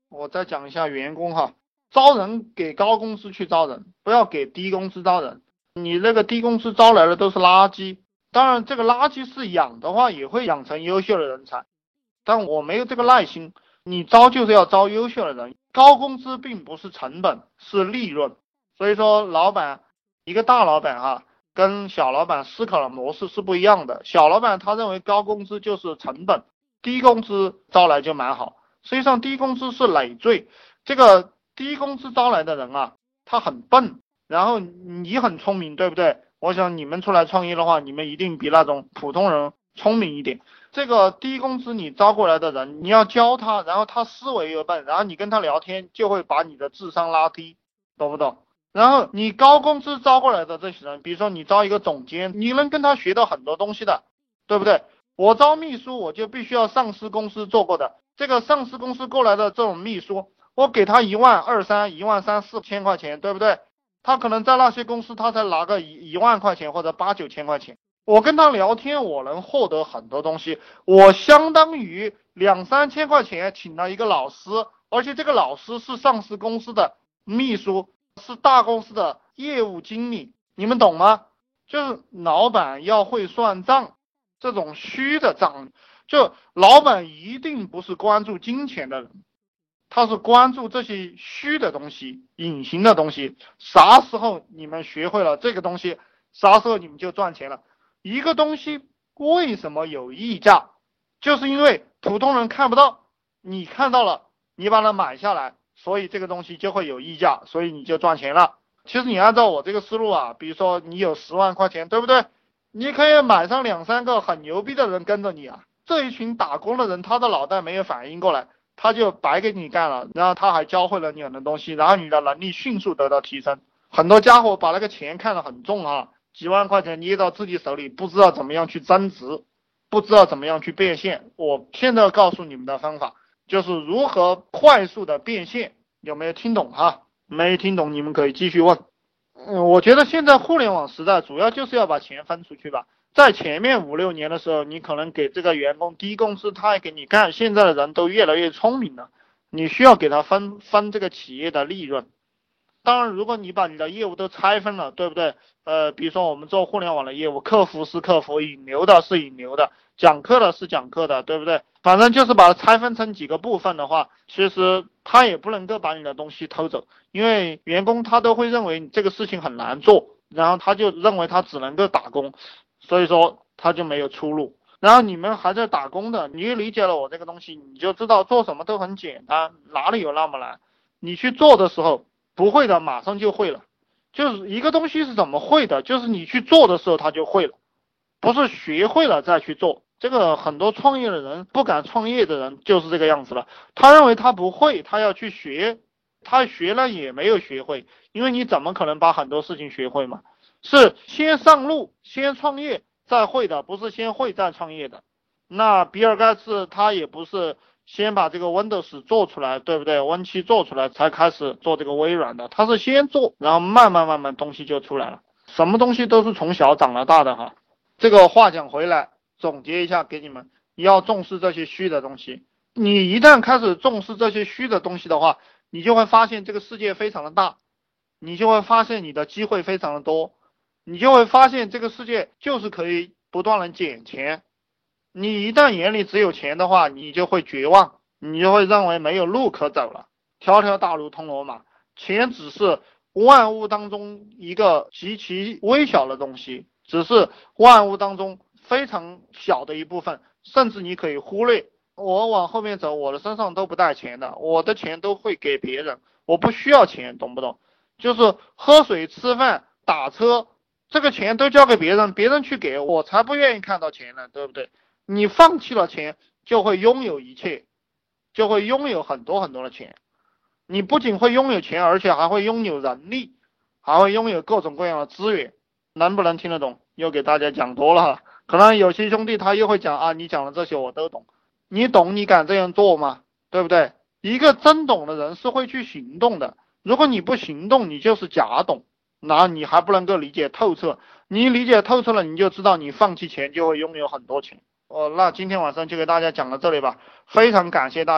我再讲一下员工哈，招人给高工资去招人，不要给低工资招人。你那个低工资招来的都是垃圾，当然这个垃圾是养的话，也会养成优秀的人才，但我没有这个耐心。你招就是要招优秀的人，高工资并不是成本，是利润。所以说，一个大老板哈，跟小老板思考的模式是不一样的。小老板他认为高工资就是成本，低工资招来就蛮好。实际上低工资是累赘，这个低工资招来的人啊，他很笨，然后你很聪明，对不对？我想你们出来创业的话，你们一定比那种普通人聪明一点。这个低工资你招过来的人，你要教他，然后他思维又笨，然后你跟他聊天就会把你的智商拉低，懂不懂？然后你高工资招过来的这些人，比如说你招一个总监，你能跟他学到很多东西的，对不对？我招秘书，我就必须要上市公司做过的，这个上市公司过来的这种秘书，我给他12000、13000、4000块钱，对不对？他可能在那些公司他才拿个1万块钱或者8、9千块钱。我跟他聊天，我能获得很多东西，我相当于2、3千块钱请了一个老师，而且这个老师是上市公司的秘书，是大公司的业务经理，你们懂吗？就是老板要会算账，这种虚的账，就老板一定不是关注金钱的人，他是关注这些虚的东西、隐形的东西。啥时候你们学会了这个东西，啥时候你们就赚钱了。一个东西为什么有溢价，就是因为普通人看不到，你看到了，你把它买下来，所以这个东西就会有溢价，所以你就赚钱了。其实你按照我这个思路啊，比如说你有10万块钱，对不对？你可以买上2、3个很牛逼的人跟着你啊，这一群打工的人，他的脑袋没有反应过来，他就白给你干了，然后他还教会了你很多东西，然后你的能力迅速得到提升。很多家伙把那个钱看得很重啊，几万块钱捏到自己手里，不知道怎么样去增值，不知道怎么样去变现。我现在告诉你们的方法就是如何快速的变现，有没有听懂哈？没听懂你们可以继续问。我觉得现在互联网时代主要就是要把钱分出去吧。在前面5、6年的时候，你可能给这个员工低工资，他也给你干。现在的人都越来越聪明了，你需要给他分这个企业的利润。当然，如果你把你的业务都拆分了，对不对？比如说我们做互联网的业务，客服是客服，引流的是引流的，讲课的是讲课的，对不对？反正就是把它拆分成几个部分的话，其实他也不能够把你的东西偷走，因为员工他都会认为你这个事情很难做，然后他就认为他只能够打工，所以说他就没有出路。然后你们还在打工的，你理解了我这个东西，你就知道做什么都很简单，哪里有那么难？你去做的时候，不会的马上就会了。就是一个东西是怎么会的，就是你去做的时候他就会了，不是学会了再去做。这个很多创业的人不敢创业的人就是这个样子了，他认为他不会，他要去学，他学了也没有学会，因为你怎么可能把很多事情学会嘛？是先上路先创业再会的，不是先会再创业的。那比尔盖茨他也不是先把这个 Windows 做出来，对不对？Win7做出来才开始做这个微软的，他是先做，然后慢慢东西就出来了。什么东西都是从小长到大的哈。这个话讲回来，总结一下给你们，你要重视这些虚的东西。你一旦开始重视这些虚的东西的话，你就会发现这个世界非常的大，你就会发现你的机会非常的多，你就会发现这个世界就是可以不断的捡钱。你一旦眼里只有钱的话，你就会绝望，你就会认为没有路可走了。条条大路通罗马，钱只是万物当中一个极其微小的东西，只是万物当中非常小的一部分，甚至你可以忽略。我往后面走，我的身上都不带钱的，我的钱都会给别人，我不需要钱，懂不懂？就是喝水、吃饭、打车，这个钱都交给别人，别人去给我才不愿意看到钱呢，对不对？你放弃了钱，就会拥有一切，就会拥有很多的钱。你不仅会拥有钱，而且还会拥有人力，还会拥有各种各样的资源。能不能听得懂？又给大家讲多了哈。可能有些兄弟他又会讲啊，你讲的这些我都懂。你懂，你敢这样做吗？对不对？一个真懂的人是会去行动的。如果你不行动，你就是假懂，那你还不能够理解透彻。你理解透彻了，你就知道你放弃钱就会拥有很多钱。那今天晚上就给大家讲到这里吧，非常感谢大家。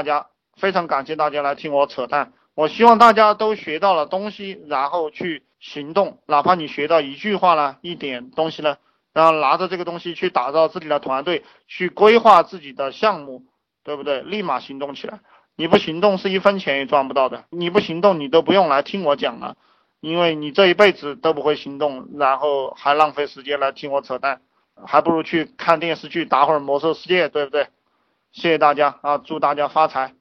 非常感谢大家来听我扯淡，我希望大家都学到了东西，然后去行动，哪怕你学到一句话呢，一点东西呢，然后拿着这个东西去打造自己的团队，去规划自己的项目，对不对？立马行动起来，你不行动是一分钱也赚不到的，你不行动你都不用来听我讲了，因为你这一辈子都不会行动，然后还浪费时间来听我扯淡，还不如去看电视剧打会儿魔兽世界，对不对？谢谢大家啊，祝大家发财。